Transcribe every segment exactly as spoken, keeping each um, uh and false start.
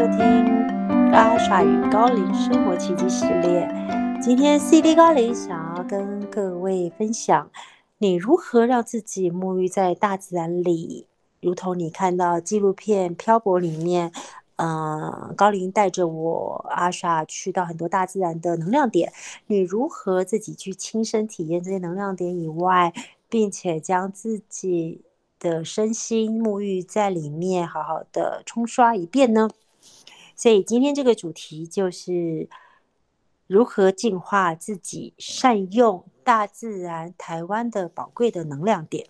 收听阿莎与高龄生活奇迹系列。今天 C D 高龄想要跟各位分享，你如何让自己沐浴在大自然里，如同你看到纪录片《漂泊》里面，呃，高龄带着我阿莎去到很多大自然的能量点，你如何自己去亲身体验这些能量点以外，并且将自己的身心沐浴在里面，好好的冲刷一遍呢？所以今天这个主题就是如何净化自己，善用大自然台湾的宝贵的能量点。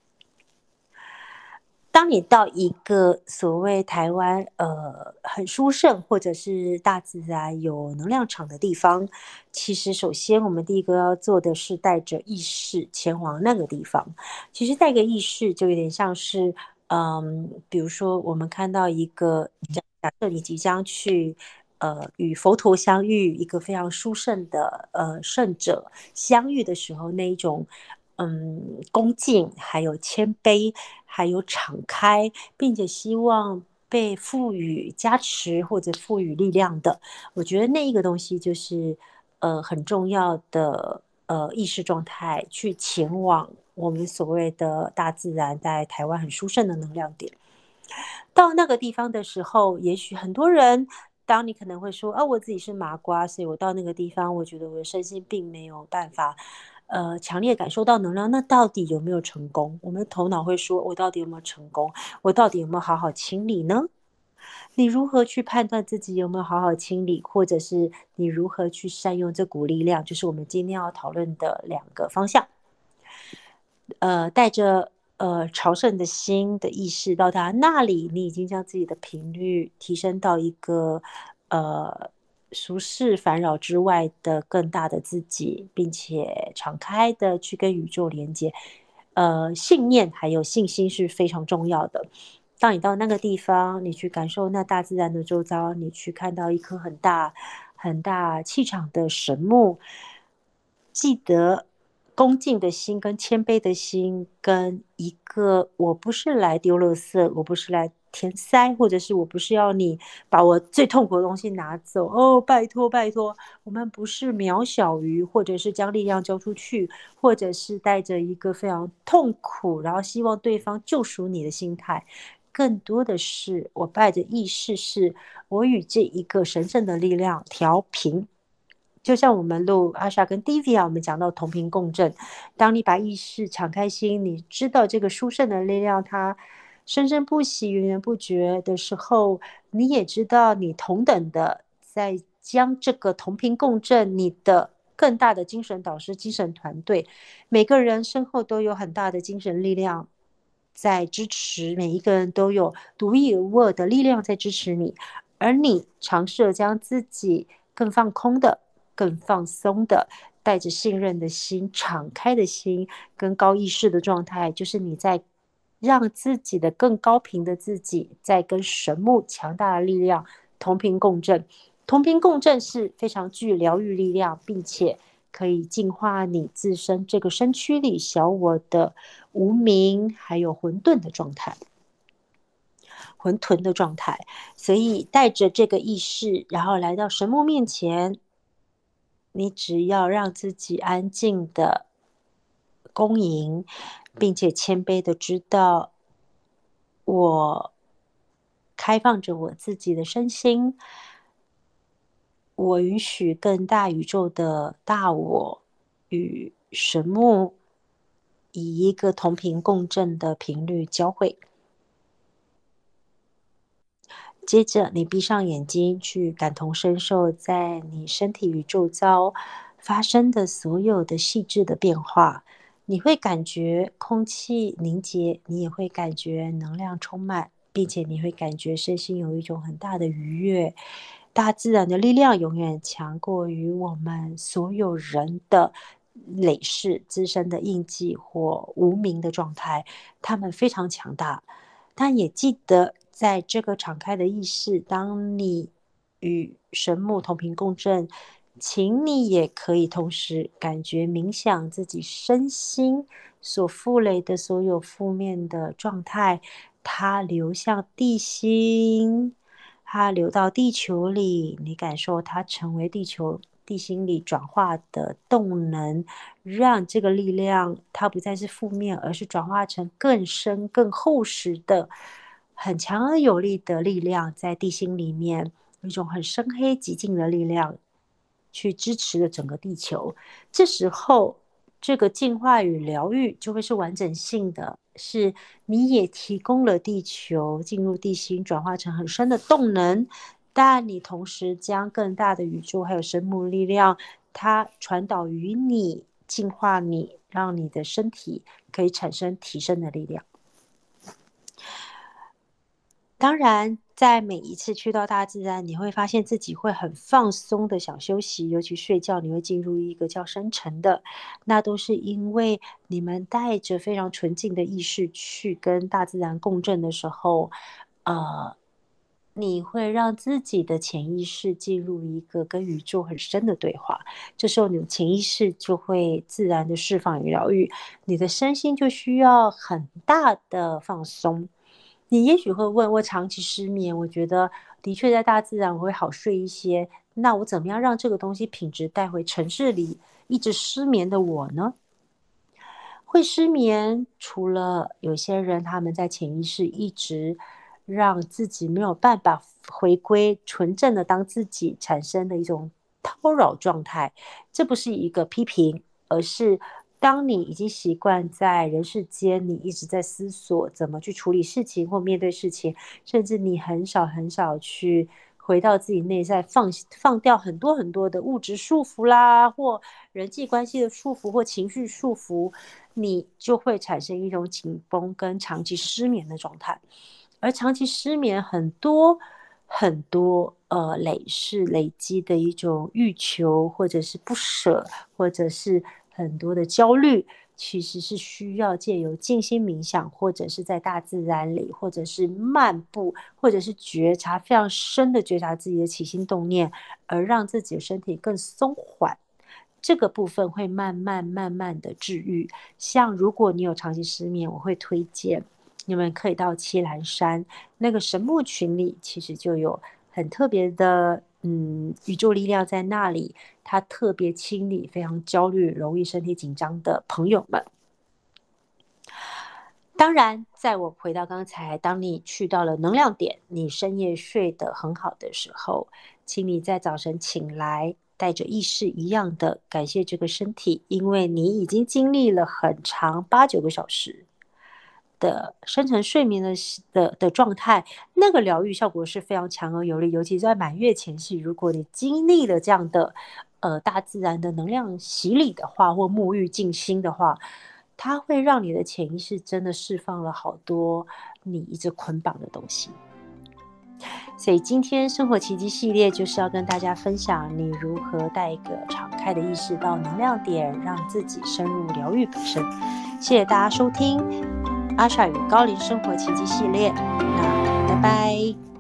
当你到一个所谓台湾呃很殊胜或者是大自然有能量场的地方，其实首先我们第一个要做的是带着意识前往那个地方。其实带个意识就有点像是嗯，比如说我们看到一个假假设你即将去呃与佛陀相遇，一个非常殊胜的呃圣者相遇的时候，那一种嗯恭敬，还有谦卑，还有敞开，并且希望被赋予加持或者赋予力量的，我觉得那一个东西就是呃很重要的呃意识状态，去前往我们所谓的大自然在台湾很殊胜的能量点。到那个地方的时候，也许很多人，当你可能会说，啊，我自己是麻瓜，所以我到那个地方，我觉得我的身心并没有办法，呃，强烈感受到能量。那到底有没有成功？我们的头脑会说，我到底有没有成功？我到底有没有好好清理呢？你如何去判断自己有没有好好清理，或者是你如何去善用这股力量？就是我们今天要讨论的两个方向。呃，带着呃朝圣的心的意识到达那里，你已经将自己的频率提升到一个呃俗世烦扰之外的更大的自己，并且敞开的去跟宇宙连接。呃，信念还有信心是非常重要的。当你到那个地方，你去感受那大自然的周遭，你去看到一颗很大很大气场的神木，记得恭敬的心跟谦卑的心，跟一个我不是来丢垃圾，我不是来填塞，或者是我不是要你把我最痛苦的东西拿走哦，拜托拜托，我们不是渺小于，或者是将力量交出去，或者是带着一个非常痛苦，然后希望对方救赎你的心态。更多的是我带着意识，是我与这一个神圣的力量调频。就像我们录阿莎跟 Divya， 我们讲到同频共振，当你把意识敞开心，你知道这个殊胜的力量它生生不息源源不绝的时候，你也知道你同等的在将这个同频共振，你的更大的精神导师精神团队，每个人身后都有很大的精神力量在支持，每一个人都有独一无二的力量在支持你，而你尝试将自己更放空的更放松的，带着信任的心、敞开的心跟高意识的状态，就是你在让自己的更高频的自己在跟神木强大的力量同频共振。同频共振是非常具疗愈力量，并且可以净化你自身这个身躯里小我的无明还有混沌的状态。混沌的状态，所以带着这个意识，然后来到神木面前，你只要让自己安静的恭迎，并且谦卑的知道，我开放着我自己的身心，我允许更大宇宙的大我与神木以一个同频共振的频率交汇。接着你闭上眼睛，去感同身受在你身体与周遭发生的所有的细致的变化。你会感觉空气凝结，你也会感觉能量充满，并且你会感觉身心有一种很大的愉悦。大自然的力量永远强过于我们所有人的累世自身的印记或无名的状态，他们非常强大。但也记得在这个敞开的意识，当你与神木同频共振，请你也可以同时感觉冥想自己身心所负累的所有负面的状态，它流向地心， 它流到地球里，你感受它成为地球地心里转化的动能，让这个力量它不再是负面，而是转化成更深更厚实的很强而有力的力量，在地心里面一种很深黑极静的力量去支持了整个地球。这时候这个进化与疗愈就会是完整性的，是你也提供了地球进入地心转化成很深的动能，但你同时将更大的宇宙还有生物力量它传导于你，净化你，让你的身体可以产生提升的力量。当然在每一次去到大自然，你会发现自己会很放松的想休息，尤其睡觉你会进入一个较深沉的，那都是因为你们带着非常纯净的意识去跟大自然共振的时候，呃，你会让自己的潜意识进入一个跟宇宙很深的对话，这时候你的潜意识就会自然的释放与疗愈，你的身心就需要很大的放松。你也许会问，我长期失眠，我觉得的确在大自然我会好睡一些，那我怎么样让这个东西品质带回城市里一直失眠的我呢？会失眠，除了有些人他们在潜意识一直让自己没有办法回归纯正的当自己，产生的一种叨扰状态，这不是一个批评，而是当你已经习惯在人世间，你一直在思索怎么去处理事情或面对事情，甚至你很少很少去回到自己内在，放放掉很多很多的物质束缚啦，或人际关系的束缚或情绪束缚，你就会产生一种紧绷跟长期失眠的状态。而长期失眠很多很多呃累是累积的一种欲求，或者是不舍，或者是很多的焦虑，其实是需要借由静心冥想，或者是在大自然里，或者是漫步，或者是觉察非常深的觉察自己的起心动念，而让自己的身体更松缓，这个部分会慢慢慢慢的治愈。像如果你有长期失眠，我会推荐你们可以到七兰山那个神木群里，其实就有很特别的嗯宇宙力量在那里，它特别清理非常焦虑容易身体紧张的朋友们。当然在我回到刚才，当你去到了能量点，你深夜睡得很好的时候，请你在早晨醒来带着意识一样的感谢这个身体，因为你已经经历了很长八九个小时的深层睡眠的的的状态，那个疗愈效果是非常强而有力，尤其在满月前夕，如果你经历了这样的呃大自然的能量洗礼的话，或沐浴静心的话，它会让你的潜意识真的释放了好多你一直捆绑的东西。所以今天生活奇迹系列就是要跟大家分享你如何带一个敞开的意识到能量点，让自己深入疗愈本身。谢谢大家收听阿莎与高龄生活奇迹系列，那拜拜。